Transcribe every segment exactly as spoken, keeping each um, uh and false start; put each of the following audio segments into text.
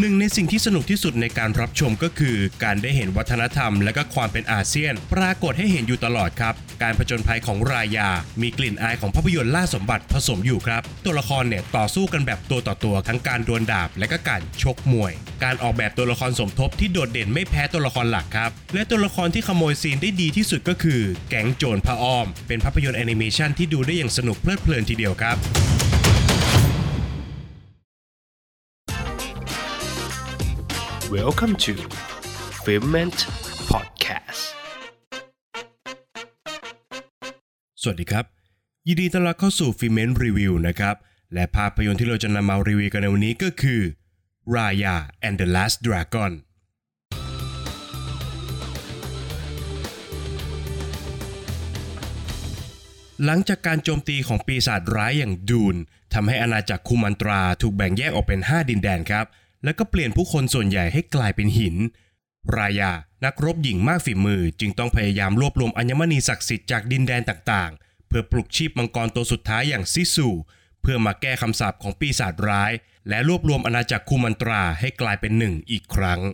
หนึ่งในสิ่งที่สนุกที่สุดในการรับชมก็คือการได้เห็นวัฒนธรรมและก็ความเป็นอาเซียนปรากฏให้เห็นอยู่ตลอดครับการผจญภัยของรายามีกลิ่นอายของภาพยนตร์ล่าสมบัติผสมอยู่ครับตัวละครเนี่ยต่อสู้กันแบบตัวต่อตัวทั้งการดวลดาบและก็การชกมวยการออกแบบตัวละครสมทบที่โดดเด่นไม่แพ้ตัวละครหลักครับและตัวละครที่ขโมยซีนได้ดีที่สุดก็คือแก๊งโจรผ้าอ้อมเป็นภาพยนตร์แอนิเมชันที่ดูได้อย่างสนุกเพลิดเพลินทีเดียวครับ Welcome to Filmment Podcast สวัสดีครับยินดีต้อนรับเข้าสู่ Filmment Review นะครับและภาพยนตร์ที่เราจะนำมารีวิวกันในวันนี้ก็คือ Raya and the Last Dragon หลังจากการโจมตีของปีศาจร้ายอย่างดูนทำให้อาณาจักรคุมันตราถูกแบ่งแยกออกเป็นห้าดินแดนครับแล้วก็เปลี่ยนผู้คนส่วนใหญ่ให้กลายเป็นหินรายานักรบหญิงมากฝีมือจึงต้องพยายามรวบรวมอัญมณีศักดิ์สิทธิ์จากดินแดนต่างๆเพื่อปลุกชีพมังกรตัวสุดท้ายอย่างซิซูเพื่อมาแก้คำสาปของปีศาจร้ายและรวบรวมอาณาจักรคุมันตราให้กลายเป็นหนึ่งอีกครั้ง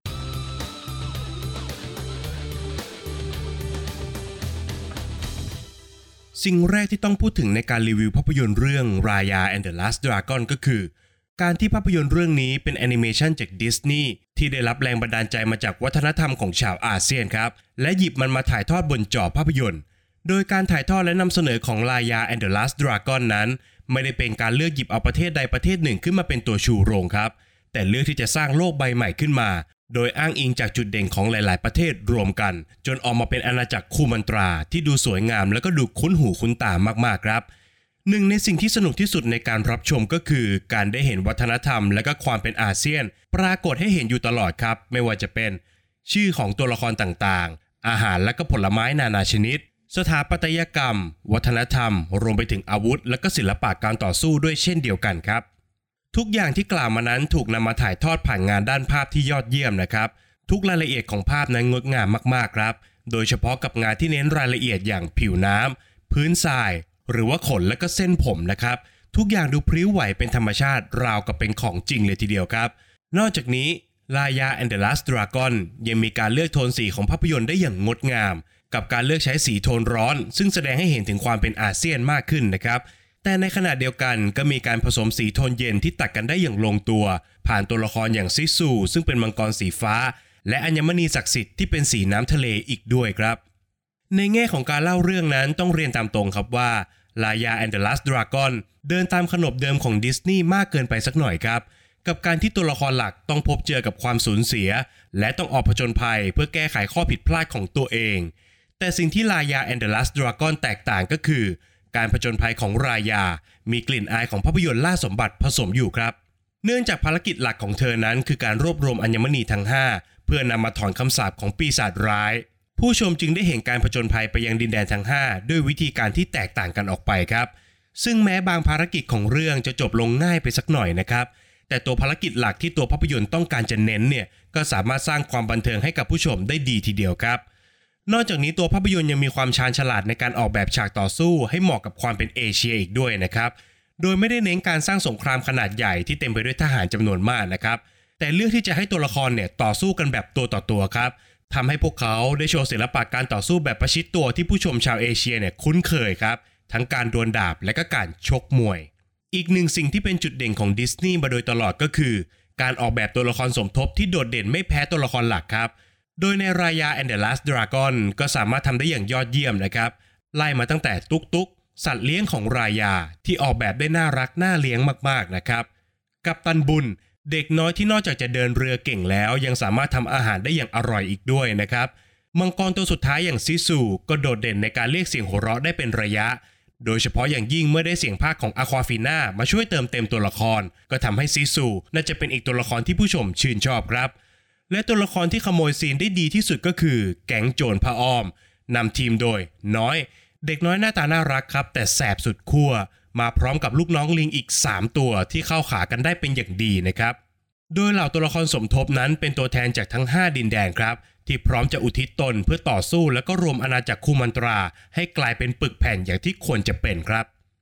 สิ่งแรกที่ต้องพูดถึงในการรีวิวภาพยนตร์เรื่อง Raya and the Last Dragon ก็คือการที่ภาพยนตร์เรื่องนี้เป็นแอนิเมชันจากดิสนีย์ที่ได้รับแรงบันดาลใจมาจากวัฒนธรรมของชาวอาเซียนครับและหยิบมันมาถ่ายทอดบนจอภาพยนตร์โดยการถ่ายทอดและนำเสนอของ Raya and the Last Dragon นั้นไม่ได้เป็นการเลือกหยิบเอาประเทศใดประเทศหนึ่งขึ้นมาเป็นตัวชูโรงครับแต่เลือกที่จะสร้างโลกใบใหม่ขึ้นมาโดยอ้างอิงจากจุดเด่นของหลายๆประเทศรวมกันจนออกมาเป็นอาณาจักรคุมันตราที่ดูสวยงามและก็ดูคุ้นหูคุ้นตามากๆครับหนึ่งในสิ่งที่สนุกที่สุดในการรับชมก็คือการได้เห็นวัฒนธรรมและก็ความเป็นอาเซียนปรากฏให้เห็นอยู่ตลอดครับไม่ว่าจะเป็นชื่อของตัวละครต่างๆอาหารและก็ผลไม้นานาชนิดสถาปัตยกรรมวัฒนธรรมรวมไปถึงอาวุธและก็ศิลปะการต่อสู้ด้วยเช่นเดียวกันครับทุกอย่างที่กล่าวมานั้นถูกนำมาถ่ายทอดผ่านงานด้านภาพที่ยอดเยี่ยมนะครับทุกรายละเอียดของภาพนั้นงดงามมากๆครับโดยเฉพาะกับงานที่เน้นรายละเอียดอย่างผิวน้ำพื้นทรายหรือว่าขนและก็เส้นผมนะครับทุกอย่างดูพริ้วไหวเป็นธรรมชาติราวกับเป็นของจริงเลยทีเดียวครับนอกจากนี้ Raya and the Last Dragon ยังมีการเลือกโทนสีของภาพยนตร์ได้อย่างงดงามกับการเลือกใช้สีโทนร้อนซึ่งแสดงให้เห็นถึงความเป็นอาเซียนมากขึ้นนะครับแต่ในขณะเดียวกันก็มีการผสมสีโทนเย็นที่ตัดกันได้อย่างลงตัวผ่านตัวละครอย่างซิซูซึ่งเป็นมังกรสีฟ้าและอัญมณีศักดิ์สิทธิ์ที่เป็นสีน้ำทะเลอีกด้วยครับในแง่ของการเล่าเรื่องนั้นต้องเรียนตามตรงครับว่า Raya and the Last Dragon เดินตามขนบเดิมของดิสนีย์มากเกินไปสักหน่อยครับกับการที่ตัวละครหลักต้องพบเจอกับความสูญเสียและต้องออกผจญภัยเพื่อแก้ไขข้อผิดพลาดของตัวเองแต่สิ่งที่ Raya and the Last Dragon แตกต่างก็คือการผจญภัยของรายามีกลิ่นอายของภาพยนตร์ล่าสมบัติผสมอยู่ครับเนื่องจากภารกิจหลักของเธอนั้นคือการรวบรวมอัญมณีทั้งห้าเพื่อนำมาถอนคำสาปของปีศาจร้ายผู้ชมจึงได้เห็นการผจญภัยไปยังดินแดนทั้งห้าด้วยวิธีการที่แตกต่างกันออกไปครับซึ่งแม้บางภารกิจของเรื่องจะจบลงง่ายไปสักหน่อยนะครับแต่ตัวภารกิจหลักที่ตัวภาพยนตร์ต้องการจะเน้นเนี่ยก็สามารถสร้างความบันเทิงให้กับผู้ชมได้ดีทีเดียวครับนอกจากนี้ตัวภาพยนตร์ยังมีความชาญฉลาดในการออกแบบฉากต่อสู้ให้เหมาะกับความเป็นเอเชียอีกด้วยนะครับโดยไม่ได้เน้นการสร้างสงครามขนาดใหญ่ที่เต็มไปด้วยทหารจำนวนมากนะครับแต่เลือกที่จะให้ตัวละครเนี่ยต่อสู้กันแบบตัวต่อตัวครับทำให้พวกเขาได้โชว์ศิลปะการต่อสู้แบบประชิดตัวที่ผู้ชมชาวเอเชียเนี่ยคุ้นเคยครับทั้งการดวลดาบและก็การชกมวยอีกหนึ่งสิ่งที่เป็นจุดเด่นของดิสนีย์มาโดยตลอดก็คือการออกแบบตัวละครสมทบที่โดดเด่นไม่แพ้ตัวละครหลักครับโดยใน Raya and the Last Dragon ก็สามารถทำได้อย่างยอดเยี่ยมนะครับไล่มาตั้งแต่ตุ๊กตุ๊กสัตว์เลี้ยงของรายาที่ออกแบบได้น่ารักน่าเลี้ยงมากๆนะครับกัปตันบุญเด็กน้อยที่นอกจากจะเดินเรือเก่งแล้วยังสามารถทำอาหารได้อย่างอร่อยอีกด้วยนะครับมังกรตัวสุดท้ายอย่างซิซูก็โดดเด่นในการเรียกเสียงหัวเราะได้เป็นระยะโดยเฉพาะอย่างยิ่งเมื่อได้เสียงพากย์ของอควาฟีน่ามาช่วยเติมเต็มตัวละครก็ทำให้ซิซูน่าจะเป็นอีกตัวละครที่ผู้ชมชื่นชอบครับและตัวละครที่ขโมยซีนได้ดีที่สุดก็คือแก๊งโจรผ้าอ้อมนำทีมโดยน้อยเด็กน้อยหน้าตาน่ารักครับแต่แสบสุดขั้วมาพร้อมกับลูกน้องลิงอีกสามตัวที่เข้าขากันได้เป็นอย่างดีนะครับโดยเหล่าตัวละครสมทบนั้นเป็นตัวแทนจากทั้งห้าดินแดนครับที่พร้อมจะอุทิศตนเพื่อต่อสู้และก็รวมอาณาจักรคุมันตราให้กลายเป็นปึกแผ่นอย่างที่ควรจะเป็นครับ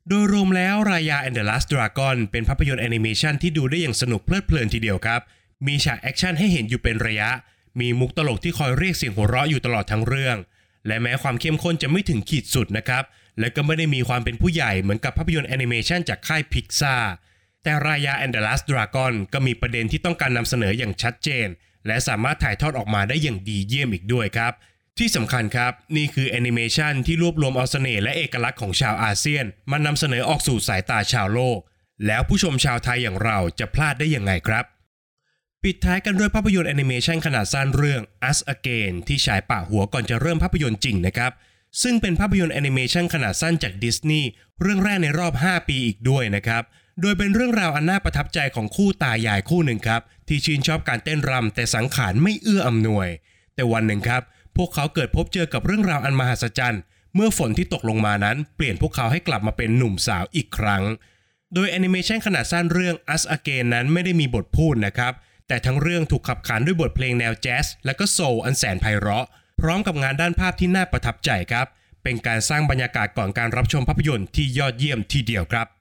โดยรวมแล้วรายา and the Last Dragon เป็นภาพยนตร์แอนิเมชันที่ดูได้อย่างสนุกเพลิดเพลินทีเดียวครับมีฉากแอคชั่นให้เห็นอยู่เป็นระยะมีมุกตลกที่คอยเรียกเสียงหัวเราะอยู่ตลอดทั้งเรื่องและแม้ความเข้มข้นจะไม่ถึงขีดสุดนะครับและก็ไม่ได้มีความเป็นผู้ใหญ่เหมือนกับภาพยนตร์แอนิเมชันจากค่ายพิกซ่าแต่รายา and the Last Dragon ก็มีประเด็นที่ต้องการนำเสนออย่างชัดเจนและสามารถถ่ายทอดออกมาได้อย่างดีเยี่ยมอีกด้วยครับที่สำคัญครับนี่คือแอนิเมชันที่รวบรวมเอาเสน่ห์และเอกลักษณ์ของชาวอาเซียนมานำเสนอออกสู่สายตาชาวโลกแล้วผู้ชมชาวไทยอย่างเราจะพลาดได้ยังไงครับปิดท้ายกันด้วยภาพยนตร์แอนิเมชันขนาดสั้นเรื่อง Us Again ที่ฉายปะหัวก่อนจะเริ่มภาพยนตร์จริงนะครับซึ่งเป็นภาพยนตร์แอนิเมชันขนาดสั้นจากดิสนีย์เรื่องแรกในรอบห้าปีอีกด้วยนะครับโดยเป็นเรื่องราวอันน่าประทับใจของคู่ตายายคู่หนึ่งครับที่ชื่นชอบการเต้นรำแต่สังขารไม่เอื้ออำนวยแต่วันหนึ่งครับพวกเขาเกิดพบเจอกับเรื่องราวอันมหัศจรรย์เมื่อฝนที่ตกลงมานั้นเปลี่ยนพวกเขาให้กลับมาเป็นหนุ่มสาวอีกครั้งโดยแอนิเมชันขนาดสั้นเรื่อง Us Again นั้นไม่ได้มีบทพูดนะครับแต่ทั้งเรื่องถูกขับขานด้วยบทเพลงแนวแจ๊สและก็โซลอันแสนไพเราะพร้อมกับงานด้านภาพที่น่าประทับใจครับเป็นการสร้างบรรยากาศก่อนการรับชมภาพยนตร์ที่ยอดเยี่ยมทีเดียวครับ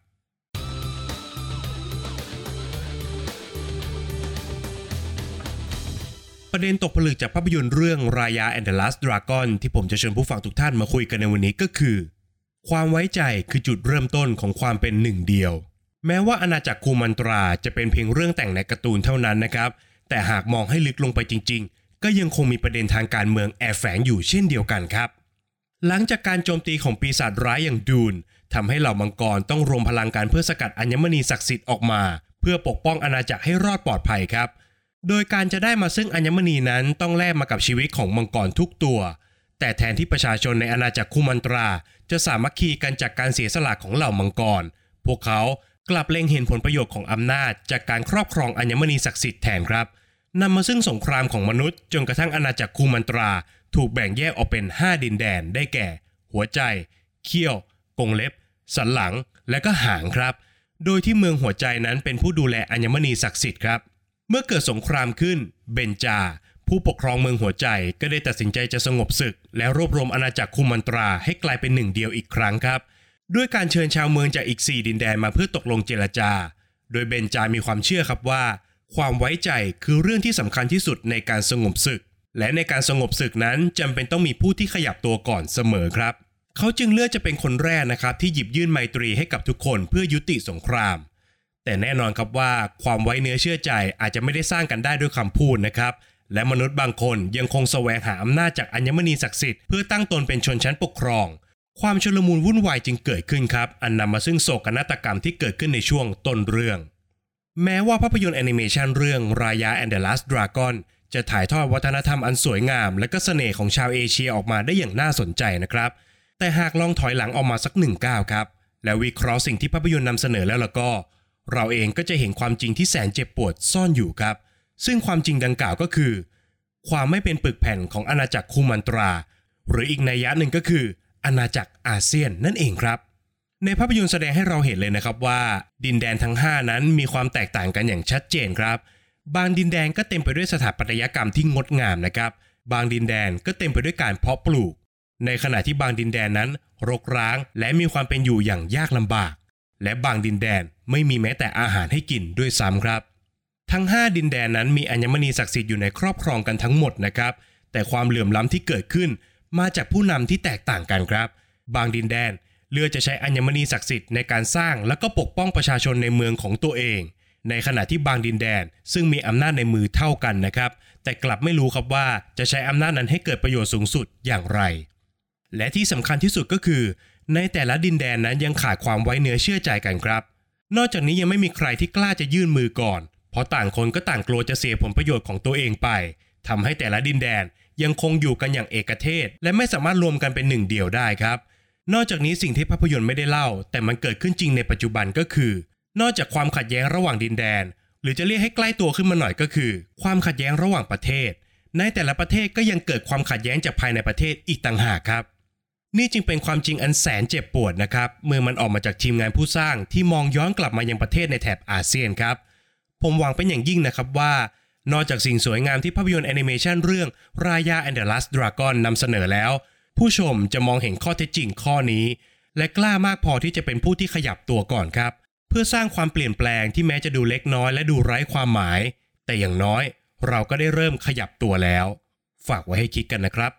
ประเด็นตกผลึกจากภาพยนตร์เรื่องรายา and the Last Dragon ที่ผมจะเชิญผู้ฟังทุกท่านมาคุยกันในวันนี้ก็คือความไว้ใจคือจุดเริ่มต้นของความเป็นหนึ่งเดียวแม้ว่าอาณาจักรคูมันตราจะเป็นเพียงเรื่องแต่งในการ์ตูนเท่านั้นนะครับแต่หากมองให้ลึกลงไปจริงๆก็ยังคงมีประเด็นทางการเมืองแอบแฝงอยู่เช่นเดียวกันครับหลังจากการโจมตีของปีศาจร้ายอย่างดูนทำให้เหล่ามังกรต้องรวมพลังกันเพื่อสกัดอัญมณีศักดิ์สิทธิ์ออกมาเพื่อปกป้องอาณาจักรให้รอดปลอดภัยครับโดยการจะได้มาซึ่งอัญมณีนั้นต้องแลกมากับชีวิตของมังกรทุกตัวแต่แทนที่ประชาชนในอาณาจักรคูมันตราจะสามัคคีกันจากการเสียสละของเหล่ามังกรพวกเขากลับเล็งเห็นผลประโยชน์ของอำนาจจากการครอบครองอัญมณีศักดิ์สิทธิ์แทนครับนำมาซึ่งสงครามของมนุษย์จนกระทั่งอาณาจักรคูมันตราถูกแบ่งแยกออกเป็นห้าดินแดนได้แก่หัวใจเขี้ยวกรงเล็บสันหลังและก็หางครับโดยที่เมืองหัวใจนั้นเป็นผู้ดูแลอัญมณีศักดิ์สิทธิ์ครับเมื่อเกิดสงครามขึ้นเบนจาผู้ปกครองเมืองหัวใจก็ได้ตัดสินใจจะสงบศึกและรวบรวมอาณาจักรคูมันตราให้กลายเป็นหนึ่งเดียวอีกครั้งครับด้วยการเชิญชาวเมืองจากอีกสี่ดินแดนมาเพื่อตกลงเจรจาโดยเบนจามีความเชื่อครับว่าความไว้ใจคือเรื่องที่สำคัญที่สุดในการสงบศึกและในการสงบศึกนั้นจำเป็นต้องมีผู้ที่ขยับตัวก่อนเสมอครับเขาจึงเลือกจะเป็นคนแรกนะครับที่หยิบยื่นไมตรีให้กับทุกคนเพื่อยุติสงครามแต่แน่นอนครับว่าความไว้เนื้อเชื่อใจอาจจะไม่ได้สร้างกันได้ด้วยคำพูดนะครับและมนุษย์บางคนยังคงแสวงหาอำนาจจากอัญมณีศักดิ์สิทธิ์เพื่อตั้งตนเป็นชนชั้นปกครองความชุลมุนวุ่นวายจึงเกิดขึ้นครับอันนำมาซึ่งโศกนาฏกรรมที่เกิดขึ้นในช่วงต้นเรื่องแม้ว่าภาพยนตร์แอนิเมชันเรื่องรายา and the Last Dragon จะถ่ายทอดวัฒนธรรมอันสวยงามและก็เสน่ห์ของชาวเอเชียออกมาได้อย่างน่าสนใจนะครับแต่หากลองถอยหลังออกมาสักหนึ่งก้าวครับและวิเคราะห์สิ่งที่ภาพยนตร์นำเสนอแล้วล่ะก็เราเองก็จะเห็นความจริงที่แสนเจ็บปวดซ่อนอยู่ครับซึ่งความจริงดังกล่าวก็คือความไม่เป็นปึกแผ่นของอาณาจักรคูมันตราหรืออีกนัยยะหนึ่งก็คืออาณาจักรอาเซียนนั่นเองครับในภาพยนตร์แสดงให้เราเห็นเลยนะครับว่าดินแดนทั้งห้านั้นมีความแตกต่างกันอย่างชัดเจนครับบางดินแดนก็เต็มไปด้วยสถาปัตยกรรมที่งดงามนะครับบางดินแดนก็เต็มไปด้วยการเพาะปลูกในขณะที่บางดินแดนนั้นรกร้างและมีความเป็นอยู่อย่างยากลำบากและบางดินแดนไม่มีแม้แต่อาหารให้กินด้วยซ้ำครับทั้งห้าดินแดนนั้นมีอัญมณีศักดิ์สิทธิ์อยู่ในครอบครองกันทั้งหมดนะครับแต่ความเหลื่อมล้ำที่เกิดขึ้นมาจากผู้นำที่แตกต่างกันครับบางดินแดนเลือกจะใช้อัญมณีศักดิ์สิทธิ์ในการสร้างและก็ปกป้องประชาชนในเมืองของตัวเองในขณะที่บางดินแดนซึ่งมีอำนาจในมือเท่ากันนะครับแต่กลับไม่รู้ครับว่าจะใช้อำนาจนั้นให้เกิดประโยชน์สูงสุดอย่างไรและที่สำคัญที่สุดก็คือในแต่ละดินแดนนั้นยังขาดความไว้เนื้อเชื่อใจกันครับนอกจากนี้ยังไม่มีใครที่กล้าจะยื่นมือก่อนเพราะต่างคนก็ต่างกลัวจะเสียผลประโยชน์ของตัวเองไปทำให้แต่ละดินแดนยังคงอยู่กันอย่างเอกเทศและไม่สามารถรวมกันเป็นหนึ่งเดียวได้ครับนอกจากนี้สิ่งที่ภาพยนตร์ไม่ได้เล่าแต่มันเกิดขึ้นจริงในปัจจุบันก็คือนอกจากความขัดแย้งระหว่างดินแดนหรือจะเรียกให้ใกล้ตัวขึ้นมาหน่อยก็คือความขัดแย้งระหว่างประเทศในแต่ละประเทศก็ยังเกิดความขัดแย้งจากภายในประเทศอีกต่างหากครับนี่จึงเป็นความจริงอันแสนเจ็บปวดนะครับเมื่อมันออกมาจากทีมงานผู้สร้างที่มองย้อนกลับมายังประเทศในแถบอาเซียนครับผมหวังเป็นอย่างยิ่งนะครับว่านอกจากสิ่งสวยงามที่ภาพยนตร์แอนิเมชันเรื่องรายา and the Last Dragon นำเสนอแล้วผู้ชมจะมองเห็นข้อเท็จจริงข้อนี้และกล้ามากพอที่จะเป็นผู้ที่ขยับตัวก่อนครับเพื่อสร้างความเปลี่ยนแปลงที่แม้จะดูเล็กน้อยและดูไร้ความหมายแต่อย่างน้อยเราก็ได้เริ่มขยับตัวแล้วฝากไว้ให้คิดกันนะครับ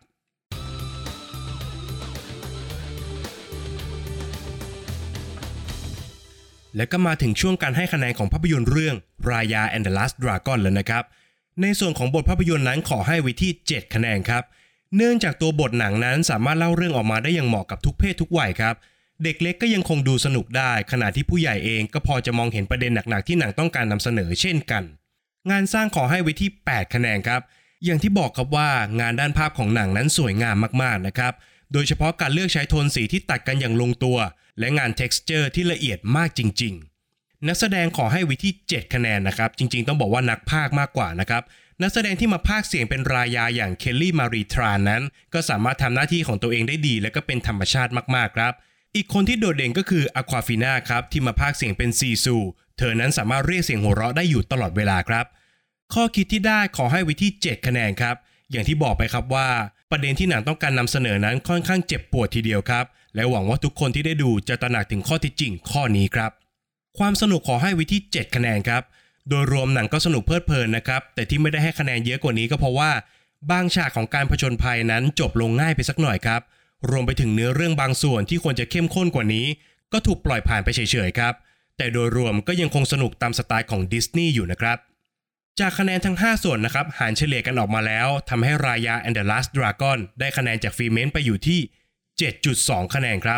และก็มาถึงช่วงการให้คะแนนของภาพยนตร์เรื่อง Raya and the Last Dragon แล้วนะครับในส่วนของบทภาพยนตร์นั้นขอให้ไว้ที่เจ็ดคะแนนครับเนื่องจากตัวบทหนังนั้นสามารถเล่าเรื่องออกมาได้อย่างเหมาะกับทุกเพศทุกวัยครับเด็กเล็กก็ยังคงดูสนุกได้ขณะที่ผู้ใหญ่เองก็พอจะมองเห็นประเด็นหนักๆที่หนังต้องการนำเสนอเช่นกันงานสร้างขอให้ไว้ที่แปดคะแนนครับอย่างที่บอกครับว่างานด้านภาพของหนังนั้นสวยงามมากๆนะครับโดยเฉพาะการเลือกใช้โทนสีที่ตัดกันอย่างลงตัวและงาน texture ที่ละเอียดมากจริงๆนักแสดงขอให้ไว้ที่เจ็ดคะแนนนะครับจริงๆต้องบอกว่านักพากย์มากกว่านะครับนักแสดงที่มาพากย์เสียงเป็นรายาอย่างเคลลี่มารีทรานนั้นก็สามารถทำหน้าที่ของตัวเองได้ดีและก็เป็นธรรมชาติมากๆครับอีกคนที่โดดเด่นก็คืออควาฟิน่าครับที่มาพากย์เสียงเป็นซีซูเธอนั้นสามารถเรียกเสียงหัวเราะได้อยู่ตลอดเวลาครับข้อคิดที่ได้ขอให้ไว้ที่เจ็ดคะแนนครับอย่างที่บอกไปครับว่าประเด็นที่หนังต้องการนำเสนอนั้นค่อนข้างเจ็บปวดทีเดียวครับและหวังว่าทุกคนที่ได้ดูจะตระหนักถึงข้อเท็จจริงข้อนี้ครับความสนุกขอให้ไว้ที่เจ็ดคะแนนครับโดยรวมหนังก็สนุกเพลิดเพลินนะครับแต่ที่ไม่ได้ให้คะแนนเยอะกว่านี้ก็เพราะว่าบางฉากของการผจญภัยนั้นจบลงง่ายไปสักหน่อยครับรวมไปถึงเนื้อเรื่องบางส่วนที่ควรจะเข้มข้นกว่านี้ก็ถูกปล่อยผ่านไปเฉยๆครับแต่โดยรวมก็ยังคงสนุกตามสไตล์ของดิสนีย์อยู่นะครับจากคะแนนทั้งห้าส่วนนะครับหารเฉลี่ยกันออกมาแล้วทำให้ Raya and the Last Dragon ได้คะแนนจากฟีเมนต์ไปอยู่ที่ เจ็ดจุดสอง คะแนนครับ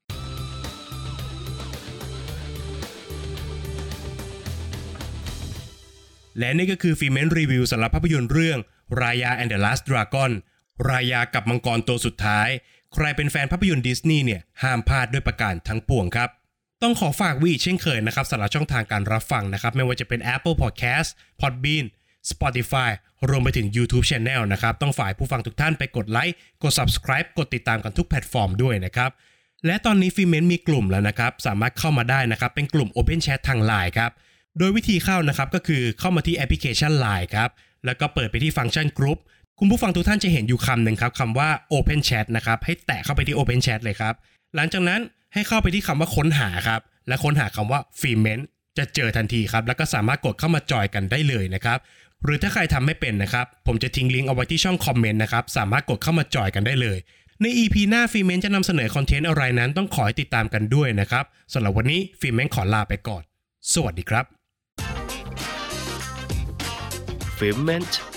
และนี่ก็คือฟีเมนต์รีวิวสำหรับภาพยนตร์เรื่อง Raya and the Last Dragon รายากับมังกรตัวสุดท้ายใครเป็นแฟนภาพยนตร์ดิสนีย์เนี่ยห้ามพลาดด้วยประการทั้งปวงครับต้องขอฝากไว้อีกเช่นเคยนะครับสำหรับช่องทางการรับฟังนะครับไม่ว่าจะเป็น Apple Podcast Podbean Spotify รวมไปถึง YouTube Channel นะครับต้องฝ่ายผู้ฟังทุกท่านไปกดไลค์กด Subscribe กดติดตามกันทุกแพลตฟอร์มด้วยนะครับและตอนนี้ฟีเมนต์มีกลุ่มแล้วนะครับสามารถเข้ามาได้นะครับเป็นกลุ่ม Open Chat ทาง ไลน์ ครับโดยวิธีเข้านะครับก็คือเข้ามาที่แอปพลิเคชัน ไลน์ ครับแล้วก็เปิดไปที่ฟังก์ชัน Group คุณผู้ฟังทุกท่านจะเห็นอยู่คำหนึ่งครับคำว่า Open Chat นะครับให้แตะเข้าไปที่ Open Chat เลยครับหลังจากนั้นให้เข้าไปที่คำว่าค้นหาครับและค้นหาคำว่าฟีเมนต์จะเจอทันทีครับแล้วก็สามารถกดเข้ามาจอยกันได้เลยนะครับหรือถ้าใครทำไม่เป็นนะครับผมจะทิ้งลิงก์เอาไว้ที่ช่องคอมเมนต์นะครับสามารถกดเข้ามาจอยกันได้เลยใน อี พี หน้าฟีเมนต์จะนำเสนอคอนเทนต์อะไรนั้นต้องขอให้ติดตามกันด้วยนะครับสำหรับวันนี้ฟีเมนต์ขอลาไปก่อนสวัสดีครับ Filament